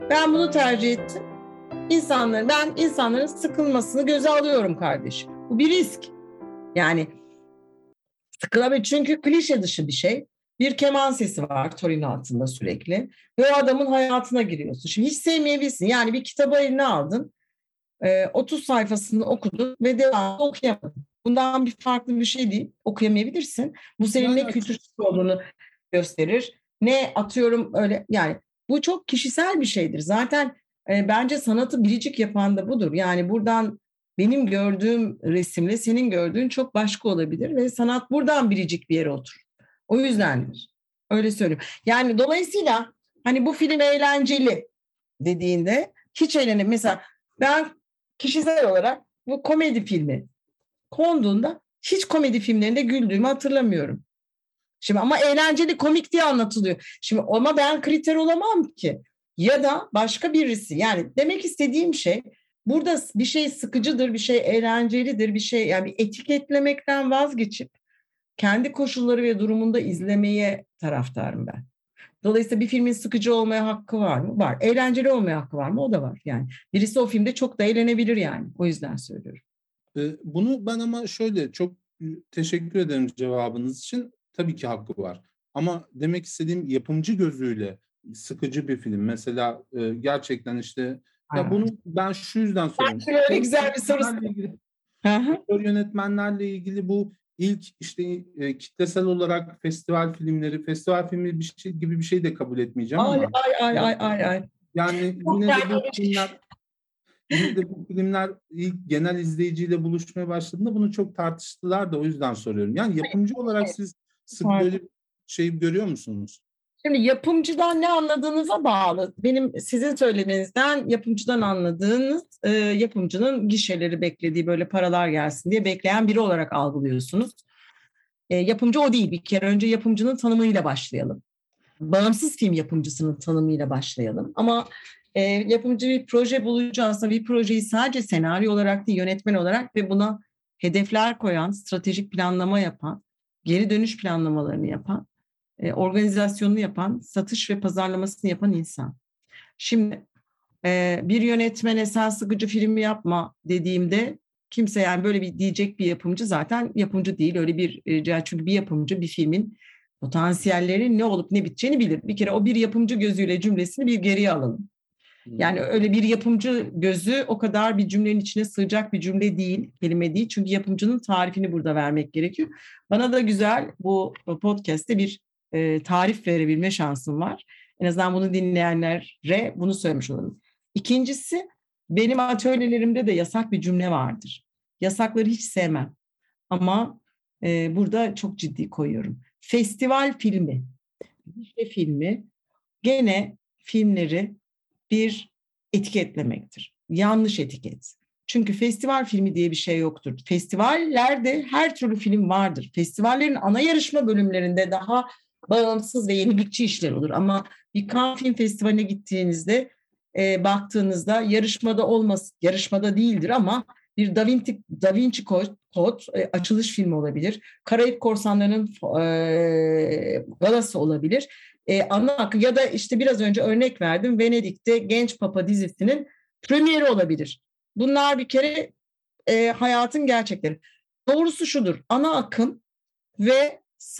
Ben bunu tercih ettim. Ben insanların sıkılmasını göze alıyorum kardeşim. Bu bir risk. Yani sıkılabilir çünkü klişe dışı bir şey. Bir keman sesi var torun altında sürekli. Ve o adamın hayatına giriyorsun. Şimdi hiç sevmeyebilirsin. Yani bir kitabı eline aldın. 30 sayfasını okudun ve devamlı okuyamadın. Bundan bir farklı bir şey değil. Okuyamayabilirsin. Bu senin Yani ne kültürsüz olduğunu gösterir. Ne atıyorum öyle yani bu çok kişisel bir şeydir. Zaten bence sanatı biricik yapan da budur. Yani buradan benim gördüğüm resimle senin gördüğün çok başka olabilir ve sanat buradan biricik bir yere oturur. O yüzdendir. Öyle söylüyorum. Yani dolayısıyla hani bu film eğlenceli dediğinde hiç eğlenemem. Mesela ben kişisel olarak bu komedi filmi konduğunda hiç komedi filmlerinde güldüğümü hatırlamıyorum. Şimdi ama eğlenceli komik diye anlatılıyor. Şimdi ama ben kriter olamam ki. Ya da başka birisi. Yani demek istediğim şey burada bir şey sıkıcıdır, bir şey eğlencelidir, bir şey yani bir etiketlemekten vazgeçip kendi koşulları ve durumunda izlemeye taraftarım ben. Dolayısıyla bir filmin sıkıcı olmaya hakkı var mı? Var. Eğlenceli olmaya hakkı var mı? O da var. Yani birisi o filmde çok da eğlenebilir yani. O yüzden söylüyorum. bunu ben ama şöyle çok teşekkür ederim cevabınız için. Tabii ki hakkı var. Ama demek istediğim yapımcı gözüyle sıkıcı bir film. Mesela gerçekten işte ya Ha. bunu ben şu yüzden soruyorum. Belki öyle güzel bir soru. Yönetmenlerle ilgili bu ilk işte kitlesel olarak festival filmi bir şey gibi bir şey de kabul etmeyeceğim Ay ama ay ay ay ay ay. yani Çok yine de bu filmler ilk genel izleyiciyle buluşmaya başladığında bunu çok tartıştılar da o yüzden soruyorum. Yani yapımcı olarak siz sık böyle şey görüyor musunuz? Şimdi yapımcıdan ne anladığınıza bağlı. Benim sizin söylemenizden yapımcıdan anladığınız yapımcının gişeleri beklediği böyle paralar gelsin diye bekleyen biri olarak algılıyorsunuz. Yapımcı o değil. Bir kere önce yapımcının tanımıyla başlayalım. Bağımsız film yapımcısının tanımıyla başlayalım. Ama yapımcı bir proje bulacağızsa bir projeyi sadece senaryo olarak değil yönetmen olarak ve buna hedefler koyan, stratejik planlama yapan, geri dönüş planlamalarını yapan, organizasyonunu yapan, satış ve pazarlamasını yapan insan. Şimdi bir yönetmene sen sıkıcı filmi yapma dediğimde kimse yani böyle bir diyecek bir yapımcı zaten yapımcı değil. Öyle bir çünkü bir yapımcı bir filmin potansiyelleri ne olup ne biteceğini bilir. Bir kere o bir yapımcı gözüyle cümlesini bir geriye alalım. Yani öyle bir yapımcı gözü o kadar bir cümlenin içine sığacak bir cümle değil, kelime değil. Çünkü yapımcının tarifini burada vermek gerekiyor. Bana da güzel bu podcast'te bir tarif verebilme şansım var. En azından bunu dinleyenlere bunu söylemiş olalım. İkincisi benim atölyelerimde de yasak bir cümle vardır. Yasakları hiç sevmem ama burada çok ciddi koyuyorum. Festival filmi, işte filmi gene filmleri bir etiketlemektir. Yanlış etiket. Çünkü festival filmi diye bir şey yoktur. Festivallerde her türlü film vardır. Festivallerin ana yarışma bölümlerinde daha bağımsız ve yenilikçi işler olur. Ama bir Cannes Film Festivali'ne gittiğinizde baktığınızda yarışmada olmaz, yarışmada değildir ama bir Da Vinci Code açılış filmi olabilir. Karayip Korsanları'nın galası olabilir. Ana akım ya da işte biraz önce örnek verdim Venedik'te Genç Papa dizisinin premieri olabilir. Bunlar bir kere hayatın gerçekleri. Doğrusu şudur. Ana akım ve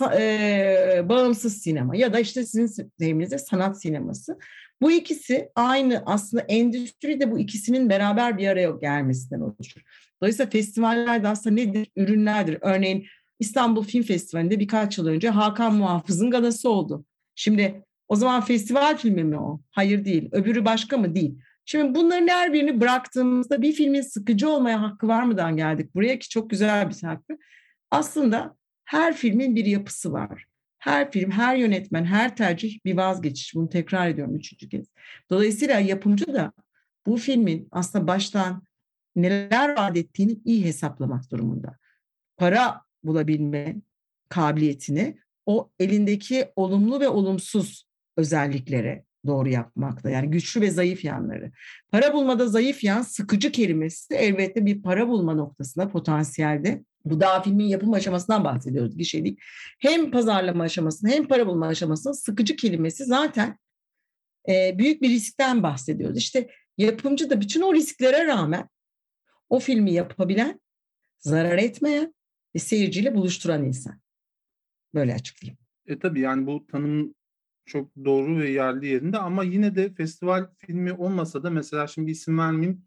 bağımsız sinema ya da işte sizin deyiminizde sanat sineması. Bu ikisi aynı aslında endüstride bu ikisinin beraber bir araya gelmesinden oluşur. Dolayısıyla festivallerde aslında nedir? Ürünlerdir. Örneğin İstanbul Film Festivali'nde birkaç yıl önce Hakan Muhafız'ın galası oldu. Şimdi o zaman festival filmi mi o? Hayır değil. Öbürü başka mı? Değil. Şimdi bunların her birini bıraktığımızda bir filmin sıkıcı olmaya hakkı var mıdan geldik buraya ki çok güzel bir hakkı. Aslında her filmin bir yapısı var. Her film, her yönetmen, her tercih bir vazgeçiş. Bunu tekrar ediyorum üçüncü kez. Dolayısıyla yapımcı da bu filmin aslında baştan neler vaat ettiğini iyi hesaplamak durumunda. Para bulabilme kabiliyetini o elindeki olumlu ve olumsuz özelliklere doğru yapmakta. Yani güçlü ve zayıf yanları. Para bulmada zayıf yan sıkıcı kelimesi elbette bir para bulma noktasında potansiyelde. Bu daha filmin yapım aşamasından bahsediyoruz bir şey değil. Hem pazarlama aşamasında hem para bulma aşamasında sıkıcı kelimesi zaten büyük bir riskten bahsediyoruz. İşte yapımcı da bütün o risklere rağmen o filmi yapabilen, zarar etmeyen ve seyirciyle buluşturan insan. Böyle açıklayayım. Tabii yani bu tanım çok doğru ve yerli yerinde ama yine de festival filmi olmasa da mesela şimdi isim vermeyeyim,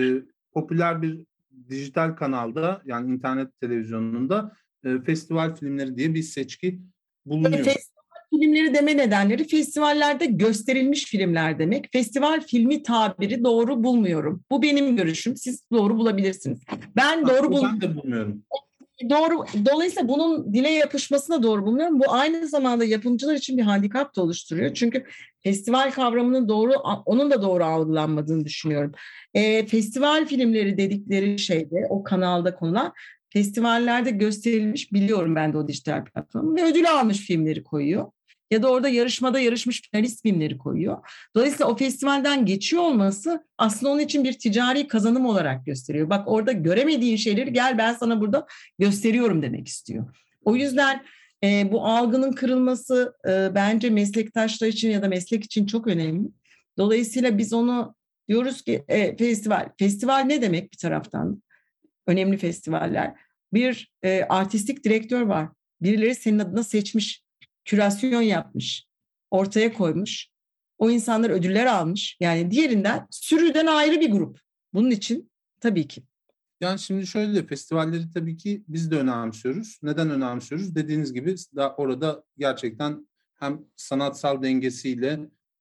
popüler bir dijital kanalda yani internet televizyonunda festival filmleri diye bir seçki bulunuyor. Festival filmleri deme nedenleri festivallerde gösterilmiş filmler demek. Festival filmi tabiri doğru bulmuyorum. Bu benim görüşüm. Siz doğru bulabilirsiniz. Ben doğru Ben de bulmuyorum. Doğru. Dolayısıyla bunun dile yapışmasına doğru bulmuyorum. Bu aynı zamanda yapımcılar için bir handikap da oluşturuyor. Çünkü festival kavramının onun da doğru algılanmadığını düşünüyorum. Festival filmleri dedikleri şeyde o kanalda konulan festivallerde gösterilmiş, biliyorum ben de o dijital platformu, ve ödül almış filmleri koyuyor. Ya da orada yarışmada yarışmış finalist filmleri koyuyor. Dolayısıyla o festivalden geçiyor olması aslında onun için bir ticari kazanım olarak gösteriyor. Bak, orada göremediğin şeyleri gel ben sana burada gösteriyorum demek istiyor. O yüzden bu algının kırılması bence meslektaşlar için ya da meslek için çok önemli. Dolayısıyla biz onu diyoruz ki festival. Festival ne demek bir taraftan? Önemli festivaller. Bir artistik direktör var. Birileri senin adına seçmiş, kürasyon yapmış, ortaya koymuş. O insanlar ödüller almış. Yani diğerinden, sürüden ayrı bir grup. Bunun için tabii ki. Yani şimdi şöyle, festivalleri tabii ki biz de önemsiyoruz. Neden önemsiyoruz? Dediğiniz gibi orada gerçekten hem sanatsal dengesiyle,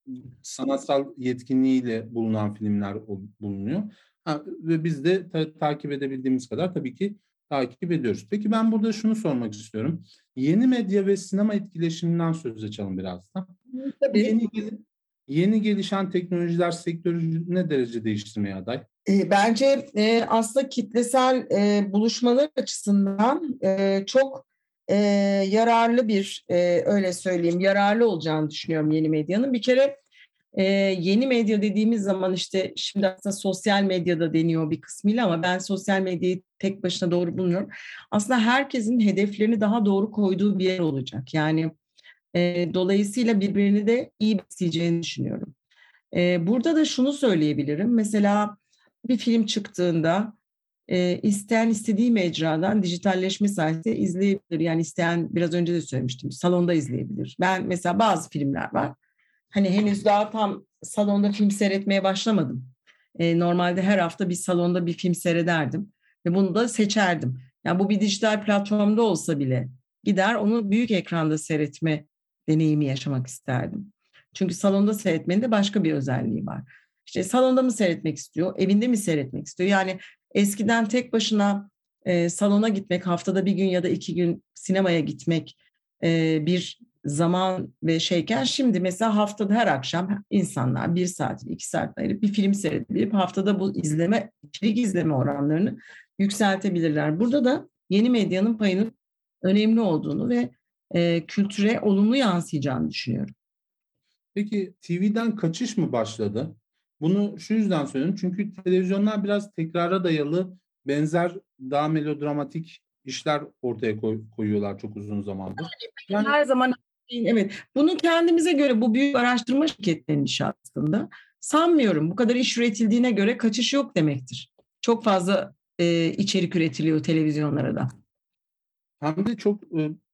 sanatsal yetkinliğiyle bulunan filmler bulunuyor. Ve biz de takip edebildiğimiz kadar tabii ki takip ediyoruz. Peki ben burada şunu sormak istiyorum. Yeni medya ve sinema etkileşiminden söz açalım biraz da. Tabii. Yeni gelişen teknolojiler sektörü ne derece değiştirmeye aday? Bence aslında kitlesel buluşmalar açısından çok yararlı öyle söyleyeyim, yararlı olacağını düşünüyorum yeni medyanın. Bir kere yeni medya dediğimiz zaman işte şimdi aslında sosyal medyada deniyor bir kısmıyla ama ben sosyal medyayı tek başına doğru bulmuyorum. Aslında herkesin hedeflerini daha doğru koyduğu bir yer olacak. Yani dolayısıyla birbirini de iyi besleyeceğini düşünüyorum. Burada da şunu söyleyebilirim. Mesela bir film çıktığında isteyen istediği mecradan dijitalleşme sayesinde izleyebilir. Yani isteyen, biraz önce de söylemiştim, salonda izleyebilir. Ben mesela bazı filmler var. Hani henüz daha tam salonda film seyretmeye başlamadım. Normalde her hafta bir salonda bir film seyrederdim ve bunu da seçerdim. Yani bu bir dijital platformda olsa bile gider onu büyük ekranda seyretme deneyimi yaşamak isterdim. Çünkü salonda seyretmenin de başka bir özelliği var. İşte salonda mı seyretmek istiyor, evinde mi seyretmek istiyor? Yani eskiden tek başına salona gitmek, haftada bir gün ya da 2 gün sinemaya gitmek bir zaman ve şeyken, şimdi mesela haftada her akşam insanlar 1 saat, 2 saat ayırıp bir film seyredebilip haftada bu içerik izleme oranlarını yükseltebilirler. Burada da yeni medyanın payının önemli olduğunu ve kültüre olumlu yansıyacağını düşünüyorum. Peki TV'den kaçış mı başladı? Bunu şu yüzden söylüyorum. Çünkü televizyonlar biraz tekrara dayalı, benzer, daha melodramatik işler ortaya koyuyorlar çok uzun zamandır. Yani Her zaman evet. Bunu kendimize göre, bu büyük araştırma şirketlerinin işi aslında. Sanmıyorum, bu kadar iş üretildiğine göre kaçış yok demektir. Çok fazla içerik üretiliyor televizyonlara da. hem de çok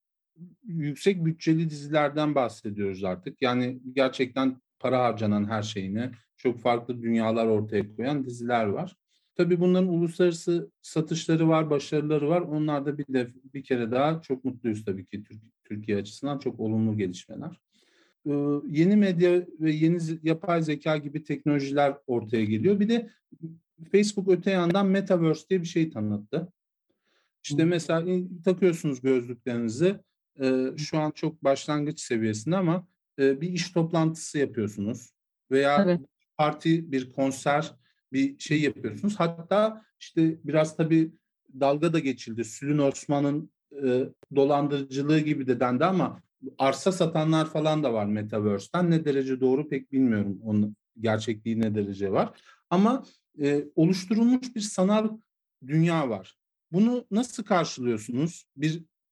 yüksek bütçeli dizilerden bahsediyoruz artık. Yani gerçekten para harcanan her şeyine çok farklı dünyalar ortaya koyan diziler var. Tabii bunların uluslararası satışları var, başarıları var. Onlar da bir kere daha çok mutluyuz tabii ki, Türkiye açısından çok olumlu gelişmeler. Yeni medya ve yeni yapay zeka gibi teknolojiler ortaya geliyor. Bir de Facebook öte yandan Metaverse diye bir şey tanıttı. İşte mesela takıyorsunuz gözlüklerinizi. Şu an çok başlangıç seviyesinde ama bir iş toplantısı yapıyorsunuz veya Evet. bir konser, bir şey yapıyorsunuz. Hatta işte biraz tabii dalga da geçildi. Sülün Osman'ın dolandırıcılığı gibi de dendi ama arsa satanlar falan da var Metaverse'ten. Ne derece doğru pek bilmiyorum. Onun gerçekliği ne derece var. Ama oluşturulmuş bir sanal dünya var. Bunu nasıl karşılıyorsunuz? Bir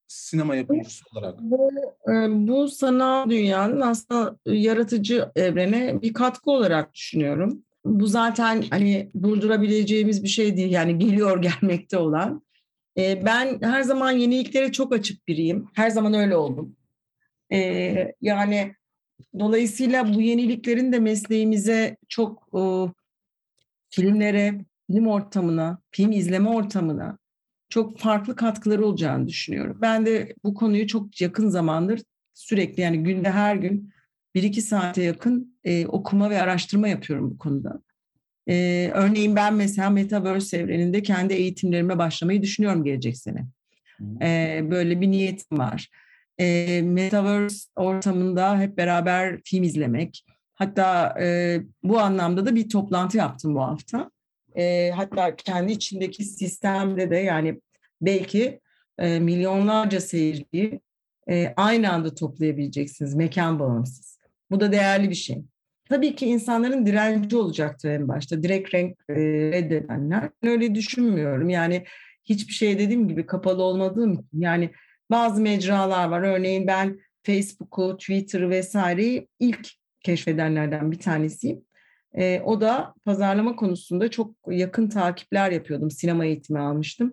sinema yapımcısı olarak? Bu sanal dünyanın aslında yaratıcı evrene bir katkı olarak düşünüyorum. Bu zaten hani durdurabileceğimiz bir şey değil. Yani geliyor gelmekte olan. Ben her zaman yeniliklere çok açık biriyim. Her zaman öyle oldum. Yani dolayısıyla bu yeniliklerin de mesleğimize çok filmlere, film ortamına, film izleme ortamına çok farklı katkıları olacağını düşünüyorum. Ben de bu konuyu çok yakın zamandır sürekli yani günde her gün 1-2 saate yakın okuma ve araştırma yapıyorum bu konuda. Örneğin ben mesela Metaverse evreninde kendi eğitimlerime başlamayı düşünüyorum gelecek sene. Böyle bir niyetim var. Metaverse ortamında hep beraber film izlemek. Hatta bu anlamda da bir toplantı yaptım bu hafta. Hatta kendi içindeki sistemde de yani belki milyonlarca seyirciyi aynı anda toplayabileceksiniz mekan bağımsız. Bu da değerli bir şey. Tabii ki insanların direnci olacaktır en başta. Direkt renk reddedenler. Ben öyle düşünmüyorum. Yani hiçbir şey dediğim gibi kapalı olmadığım için. Yani bazı mecralar var. Örneğin ben Facebook'u, Twitter'ı vesaireyi ilk keşfedenlerden bir tanesiyim. O da pazarlama konusunda çok yakın takipler yapıyordum. Sinema eğitimi almıştım.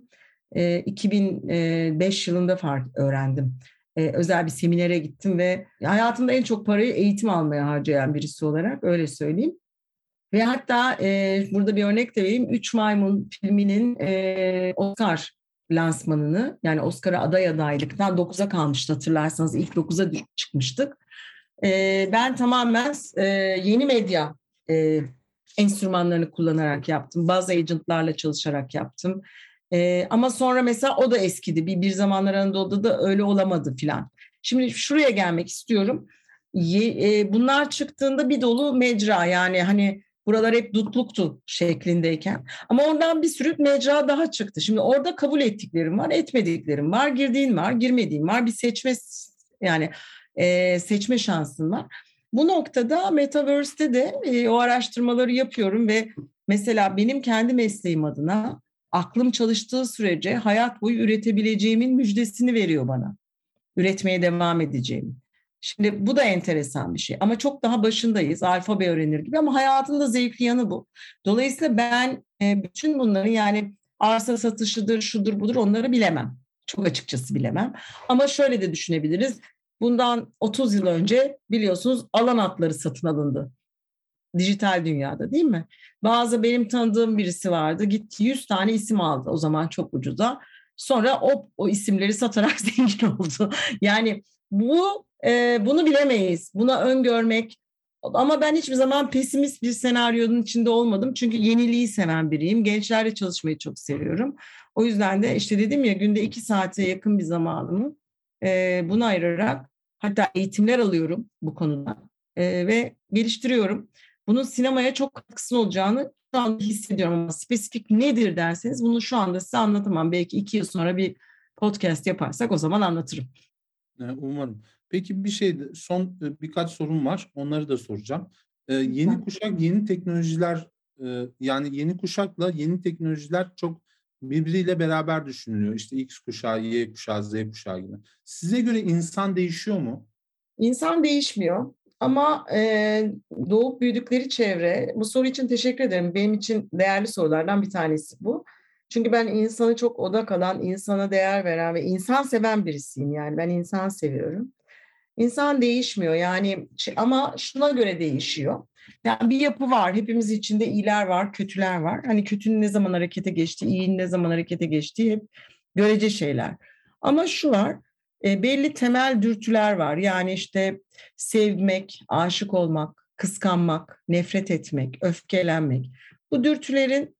2005 yılında öğrendim. Özel bir seminere gittim ve hayatımda en çok parayı eğitim almaya harcayan birisi olarak öyle söyleyeyim. Ve hatta burada bir örnek de vereyim. Üç Maymun filminin Oscar lansmanını yani Oscar'a adaylıktan 9'a kalmıştı hatırlarsanız. İlk 9'a çıkmıştık. Ben tamamen yeni medya enstrümanlarını kullanarak yaptım. Buzz agentlarla çalışarak yaptım. Ama sonra mesela o da eskidi. Bir zamanlar Anadolu'da da öyle olamadı filan. Şimdi şuraya gelmek istiyorum. Bunlar çıktığında bir dolu mecra yani hani buralar hep dutluktu şeklindeyken. Ama ondan bir sürü mecra daha çıktı. Şimdi orada kabul ettiklerim var, etmediklerim var, girdiğin var, girmediğin var. Bir yani seçme şansın var. Bu noktada Metaverse'te de o araştırmaları yapıyorum ve mesela benim kendi mesleğim adına aklım çalıştığı sürece hayat boyu üretebileceğimin müjdesini veriyor bana. Üretmeye devam edeceğim. Şimdi bu da enteresan bir şey ama çok daha başındayız alfabe öğrenir gibi ama hayatın da zevkli yanı bu. Dolayısıyla ben bütün bunları yani arsa satışıdır, şudur budur onları bilemem. Çok açıkçası bilemem. Ama şöyle de düşünebiliriz. Bundan 30 yıl önce biliyorsunuz alan hatları satın alındı. Dijital dünyada değil mi? Benim tanıdığım birisi vardı. Gitti 100 tane isim aldı o zaman çok ucuza. Sonra o isimleri satarak zengin oldu. Yani bunu bilemeyiz. Buna öngörmek. Ama ben hiçbir zaman pesimist bir senaryonun içinde olmadım. Çünkü yeniliği seven biriyim. Gençlerle çalışmayı çok seviyorum. O yüzden de işte dedim ya günde 2 saate yakın bir zamanımı buna ayırarak hatta eğitimler alıyorum bu konuda ve geliştiriyorum. Bunun sinemaya çok katkısı olacağını şu anda hissediyorum ama spesifik nedir derseniz bunu şu anda size anlatamam. Belki 2 yıl sonra bir podcast yaparsak o zaman anlatırım. Umarım. Peki son birkaç sorum var. Onları da soracağım. Yeni kuşak, yeni teknolojiler yani yeni kuşakla yeni teknolojiler çok birbiriyle beraber düşünülüyor. İşte X kuşağı, Y kuşağı, Z kuşağı gibi. Size göre insan değişiyor mu? İnsan değişmiyor. Ama doğup büyüdükleri çevre, bu soru için teşekkür ederim. Benim için değerli sorulardan bir tanesi bu. Çünkü ben insanı çok odak alan, insana değer veren ve insan seven birisiyim. Yani ben insan seviyorum. İnsan değişmiyor yani ama şuna göre değişiyor. Yani bir yapı var. Hepimiz içinde iyiler var, kötüler var. Hani kötünün ne zaman harekete geçtiği, iyinin ne zaman harekete geçtiği hep görece şeyler. Ama şu var, belli temel dürtüler var. Yani işte sevmek, aşık olmak, kıskanmak, nefret etmek, öfkelenmek. Bu dürtülerin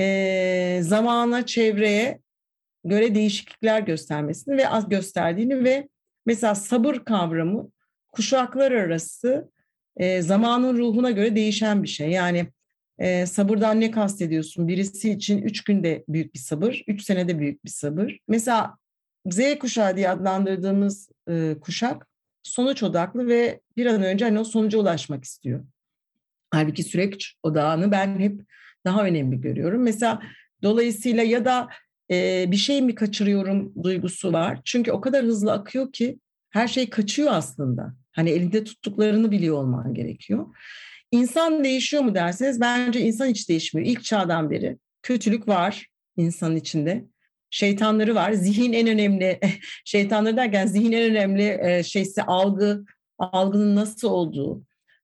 zamana, çevreye göre değişiklikler göstermesini ve gösterdiğini ve mesela sabır kavramı kuşaklar arası zamanın ruhuna göre değişen bir şey. Yani sabırdan ne kastediyorsun? Birisi için 3 günde büyük bir sabır, 3 senede büyük bir sabır. Mesela Z kuşağı diye adlandırdığımız kuşak sonuç odaklı ve bir an önce hani o sonuca ulaşmak istiyor. Halbuki süreç odağını ben hep daha önemli görüyorum. Mesela dolayısıyla ya da bir şey mi kaçırıyorum duygusu var. Çünkü o kadar hızlı akıyor ki her şey kaçıyor aslında. Hani elinde tuttuklarını biliyor olman gerekiyor. İnsan değişiyor mu derseniz bence insan hiç değişmiyor. İlk çağdan beri kötülük var insanın içinde. Şeytanları var. Zihin en önemli, şeytanları derken zihin en önemli şeyse algının nasıl olduğu,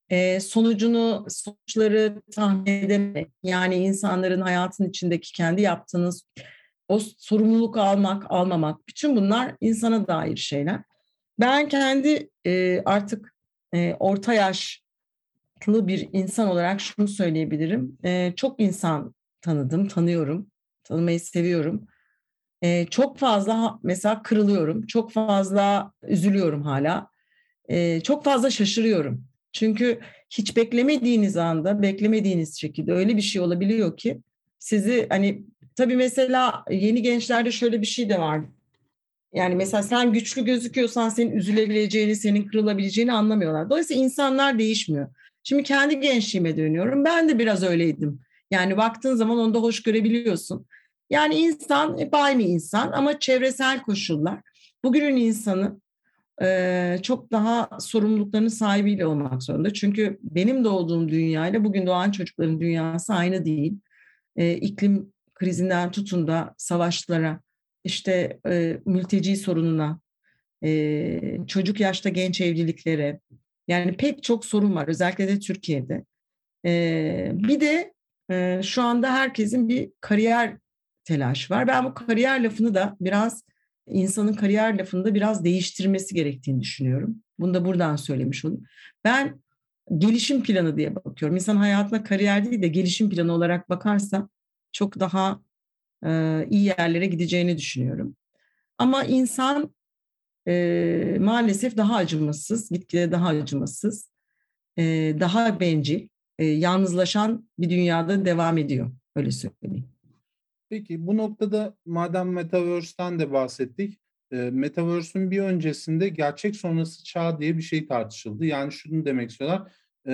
sonuçları tahmin edemek, yani insanların hayatın içindeki kendi yaptığınız o sorumluluk almamak, bütün bunlar insana dair şeyler. Ben kendi artık orta yaşlı bir insan olarak şunu söyleyebilirim. Çok insan tanıyorum, tanımayı seviyorum. Çok fazla mesela kırılıyorum, çok fazla üzülüyorum hala. Çok fazla şaşırıyorum. Çünkü hiç beklemediğiniz anda, beklemediğiniz şekilde öyle bir şey olabiliyor ki sizi hani tabii mesela yeni gençlerde şöyle bir şey de var. Yani mesela sen güçlü gözüküyorsan senin üzülebileceğini, senin kırılabileceğini anlamıyorlar. Dolayısıyla insanlar değişmiyor. Şimdi kendi gençliğime dönüyorum. Ben de biraz öyleydim. Yani baktığın zaman onu da hoş görebiliyorsun. Yani insan hep aynı insan ama çevresel koşullar. Bugünün insanı çok daha sorumluluklarının sahibiyle olmak zorunda. Çünkü benim doğduğum dünyayla bugün doğan çocukların dünyası aynı değil. İklim krizinden tutun da savaşlara, işte mülteci sorununa, çocuk yaşta genç evliliklere, yani pek çok sorun var özellikle de Türkiye'de. Bir de şu anda herkesin bir kariyer telaşı var. Ben bu kariyer lafını da biraz insanın kariyer lafını da biraz değiştirmesi gerektiğini düşünüyorum. Bunu da buradan söylemiş olayım. Ben gelişim planı diye bakıyorum. İnsan hayatına kariyer değil de gelişim planı olarak bakarsa çok daha iyi yerlere gideceğini düşünüyorum. Ama insan maalesef daha acımasız, gitgide daha acımasız, daha bencil, yalnızlaşan bir dünyada devam ediyor. Öyle söyleyeyim. Peki bu noktada madem Metaverse'ten de bahsettik, Metaverse'ün bir öncesinde gerçek sonrası çağ diye bir şey tartışıldı. Yani şunu demek istiyorlar,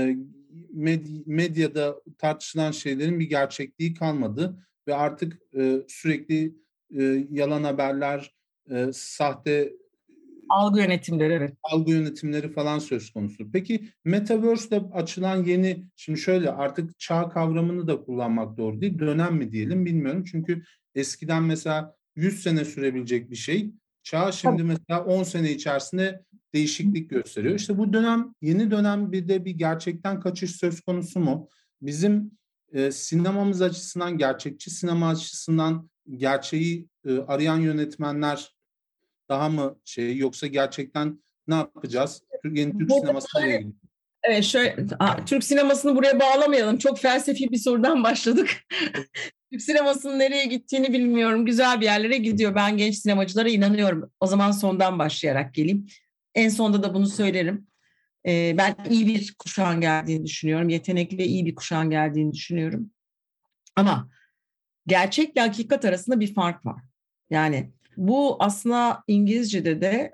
medyada tartışılan şeylerin bir gerçekliği kalmadı ve artık sürekli yalan haberler, sahte Algı yönetimleri, evet. algı yönetimleri falan söz konusu. Peki Metaverse'de açılan yeni, şimdi şöyle artık çağ kavramını da kullanmak doğru değil, dönem mi diyelim bilmiyorum. Çünkü eskiden mesela 100 sene sürebilecek bir şey, çağ şimdi mesela 10 sene içerisinde değişiklik gösteriyor. İşte bu dönem, yeni dönem bir de bir gerçekten kaçış söz konusu mu? Bizim sinemamız açısından, gerçekçi sinema açısından gerçeği arayan yönetmenler daha mı şey, yoksa gerçekten ne yapacağız? Yeni Türk Burada sineması nereye gidiyor? evet, Türk sinemasını buraya bağlamayalım. Çok felsefi bir sorudan başladık. Türk sinemasının nereye gittiğini bilmiyorum. Güzel bir yerlere gidiyor. Ben genç sinemacılara inanıyorum. O zaman sondan başlayarak geleyim. En sonda da bunu söylerim. Ben iyi bir kuşağın geldiğini düşünüyorum. Yetenekli, iyi bir kuşağın geldiğini düşünüyorum. Ama gerçekle hakikat arasında bir fark var. Yani bu aslında İngilizce'de de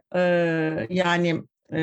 yani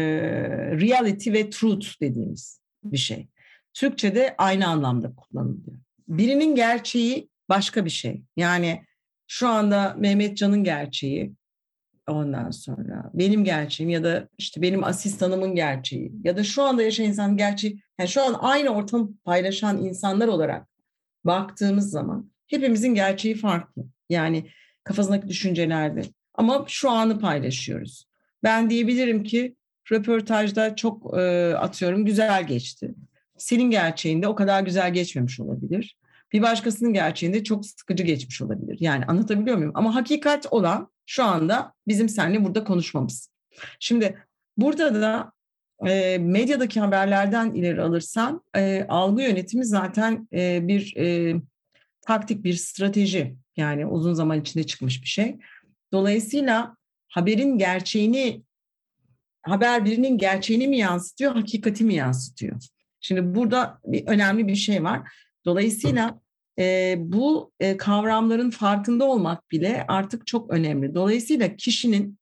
reality ve truth dediğimiz bir şey. Türkçe'de aynı anlamda kullanılıyor. Birinin gerçeği başka bir şey. Yani şu anda Mehmetcan'ın gerçeği, ondan sonra benim gerçeğim ya da işte benim asistanımın gerçeği ya da şu anda yaşayan insanın gerçeği, yani şu an aynı ortamı paylaşan insanlar olarak baktığımız zaman hepimizin gerçeği farklı. Yani kafasındaki düşüncelerde. Ama şu anı paylaşıyoruz. Ben diyebilirim ki röportajda çok atıyorum güzel geçti. Senin gerçeğinde o kadar güzel geçmemiş olabilir. Bir başkasının gerçeğinde çok sıkıcı geçmiş olabilir. Yani anlatabiliyor muyum? Ama hakikat olan şu anda bizim seninle burada konuşmamız. Şimdi burada da medyadaki haberlerden ileri alırsan algı yönetimi zaten bir taktik, bir strateji, yani uzun zaman içinde çıkmış bir şey. Dolayısıyla haberin gerçeğini, haber birinin gerçeğini mi yansıtıyor, hakikati mi yansıtıyor? Şimdi burada önemli bir şey var. Dolayısıyla bu kavramların farkında olmak bile artık çok önemli. Dolayısıyla kişinin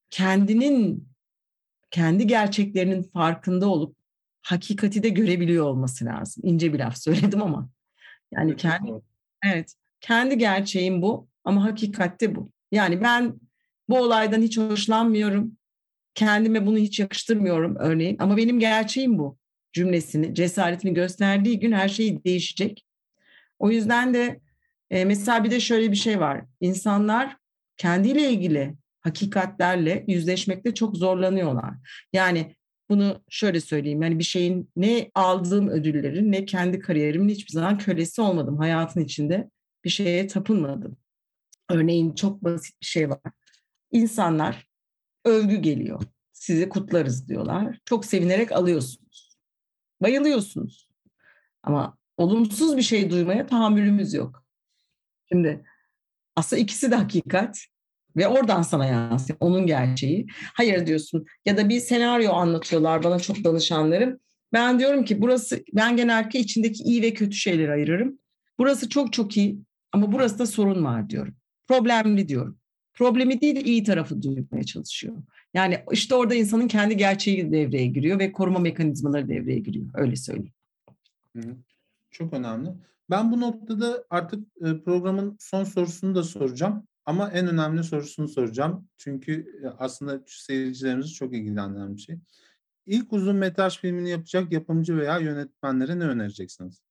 kendi gerçeklerinin farkında olup hakikati de görebiliyor olması lazım. İnce bir laf söyledim ama yani Evet, çok doğru. evet, kendi gerçeğim bu ama hakikatte bu. Yani ben bu olaydan hiç hoşlanmıyorum. Kendime bunu hiç yakıştırmıyorum örneğin. Ama benim gerçeğim bu cümlesini, cesaretini gösterdiği gün her şey değişecek. O yüzden de mesela bir de şöyle bir şey var. İnsanlar kendiyle ilgili hakikatlerle yüzleşmekte çok zorlanıyorlar. Yani bunu şöyle söyleyeyim. Yani bir şeyin ne aldığım ödüllerin ne kendi kariyerimin hiçbir zaman kölesi olmadım. Hayatın içinde bir şeye tapınmadım. Örneğin çok basit bir şey var. İnsanlar övgü geliyor. Sizi kutlarız diyorlar. Çok sevinerek alıyorsunuz. Bayılıyorsunuz. Ama olumsuz bir şey duymaya tahammülümüz yok. Şimdi aslında ikisi de hakikat ve oradan sana yansıyor. Onun gerçeği. Hayır diyorsun. Ya da bir senaryo anlatıyorlar bana çok danışanlarım. Ben diyorum ki burası, ben genellikle içindeki iyi ve kötü şeyleri ayırırım. Burası çok çok iyi ama burası da sorun var diyorum. Problemli diyorum. Problemi değil de iyi tarafı duymaya çalışıyor. Yani işte orada insanın kendi gerçeği devreye giriyor ve koruma mekanizmaları devreye giriyor. Öyle söyleyeyim. Hı hı. Çok önemli. Ben bu noktada artık programın son sorusunu da soracağım. Ama en önemli sorusunu soracağım. Çünkü aslında seyircilerimizi çok ilgilendiren bir şey. İlk uzun metraj filmini yapacak yapımcı veya yönetmenlere ne önereceksiniz?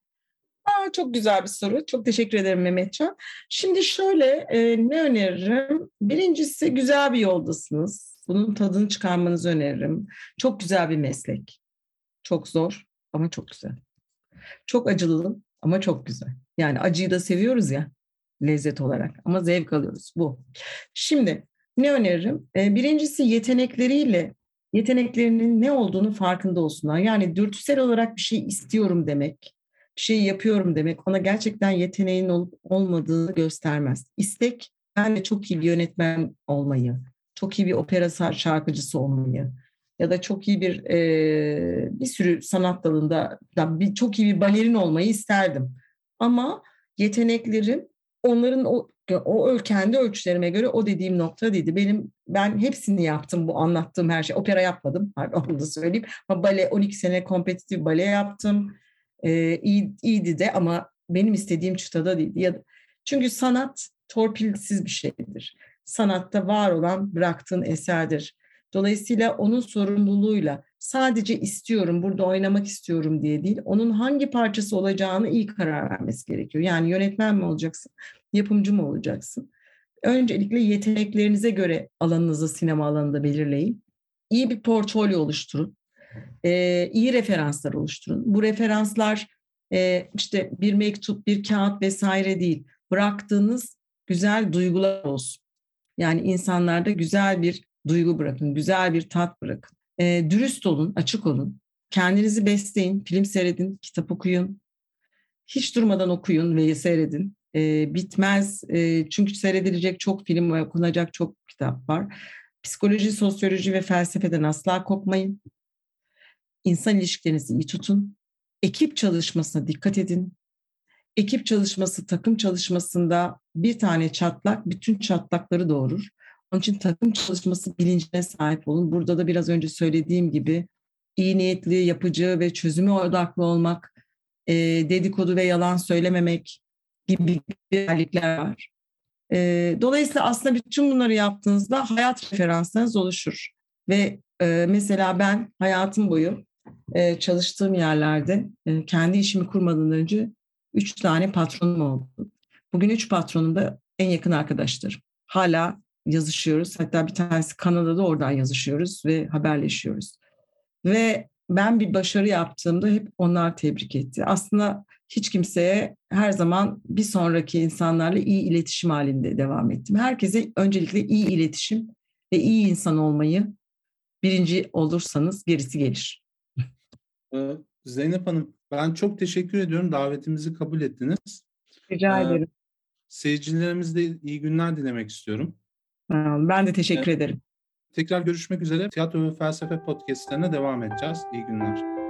Çok güzel bir soru. Çok teşekkür ederim Mehmetcan. Şimdi şöyle ne öneririm? Birincisi güzel bir yoldasınız. Bunun tadını çıkarmanızı öneririm. Çok güzel bir meslek. Çok zor ama çok güzel. Çok acılı ama çok güzel. Yani acıyı da seviyoruz ya lezzet olarak ama zevk alıyoruz bu. Şimdi ne öneririm? Birincisi yeteneklerinin ne olduğunu farkında olsunlar. Yani dürtüsel olarak bir şey istiyorum demek, bir şey yapıyorum demek ona gerçekten yeteneğin olup olmadığını göstermez. İstek, ben de çok iyi bir yönetmen olmayı, çok iyi bir opera şarkıcısı olmayı, ya da çok iyi bir sürü sanat dalında çok iyi bir balerin olmayı isterdim. Ama yeteneklerim onların kendi ölçülerime göre o dediğim nokta değildi. Ben hepsini yaptım bu anlattığım her şey. Opera yapmadım. Onu da söyleyeyim. Ama 12 sene kompetitif bale yaptım. İyiydi de ama benim istediğim çıtada değildi. Çünkü sanat torpilsiz bir şeydir. Sanatta var olan bıraktığın eserdir. Dolayısıyla onun sorumluluğuyla sadece istiyorum, burada oynamak istiyorum diye değil, onun hangi parçası olacağını iyi karar vermesi gerekiyor. Yani yönetmen mi olacaksın, yapımcı mı olacaksın? Öncelikle yeteneklerinize göre alanınızı sinema alanında belirleyin. İyi bir portfolyo oluşturun. İyi referanslar oluşturun. Bu referanslar işte bir mektup, bir kağıt vesaire değil. Bıraktığınız güzel duygular olsun. Yani insanlarda güzel bir duygu bırakın, güzel bir tat bırakın. Dürüst olun, açık olun. Kendinizi besleyin, film seyredin, kitap okuyun. Hiç durmadan okuyun ve seyredin. Bitmez çünkü seyredilecek çok film ve okunacak çok kitap var. Psikoloji, sosyoloji ve felsefeden asla kopmayın. İnsan ilişkilerinizi iyi tutun. Ekip çalışmasına dikkat edin. Ekip çalışması, takım çalışmasında bir tane çatlak bütün çatlakları doğurur. Onun için takım çalışması bilincine sahip olun. Burada da biraz önce söylediğim gibi iyi niyetli, yapıcı ve çözüme odaklı olmak, dedikodu ve yalan söylememek gibi özellikler var. Dolayısıyla aslında bütün bunları yaptığınızda hayat referanslarınız oluşur. Ve mesela ben hayatım boyu çalıştığım yerlerde kendi işimi kurmadan önce 3 tane patronum oldu. Bugün 3 patronum da en yakın arkadaşlarım. Hala yazışıyoruz. Hatta bir tanesi Kanada'da, oradan yazışıyoruz ve haberleşiyoruz. Ve ben bir başarı yaptığımda hep onlar tebrik etti. Aslında hiç kimseye, her zaman bir sonraki insanlarla iyi iletişim halinde devam ettim. Herkese öncelikle iyi iletişim ve iyi insan olmayı, birinci olursanız gerisi gelir. Zeynep Hanım, ben çok teşekkür ediyorum. Davetimizi kabul ettiniz. Rica ederim. Seyircilerimize iyi günler dilemek istiyorum. Ben de teşekkür ederim. Tekrar görüşmek üzere. Tiyatro ve Felsefe podcastlerine devam edeceğiz. İyi günler.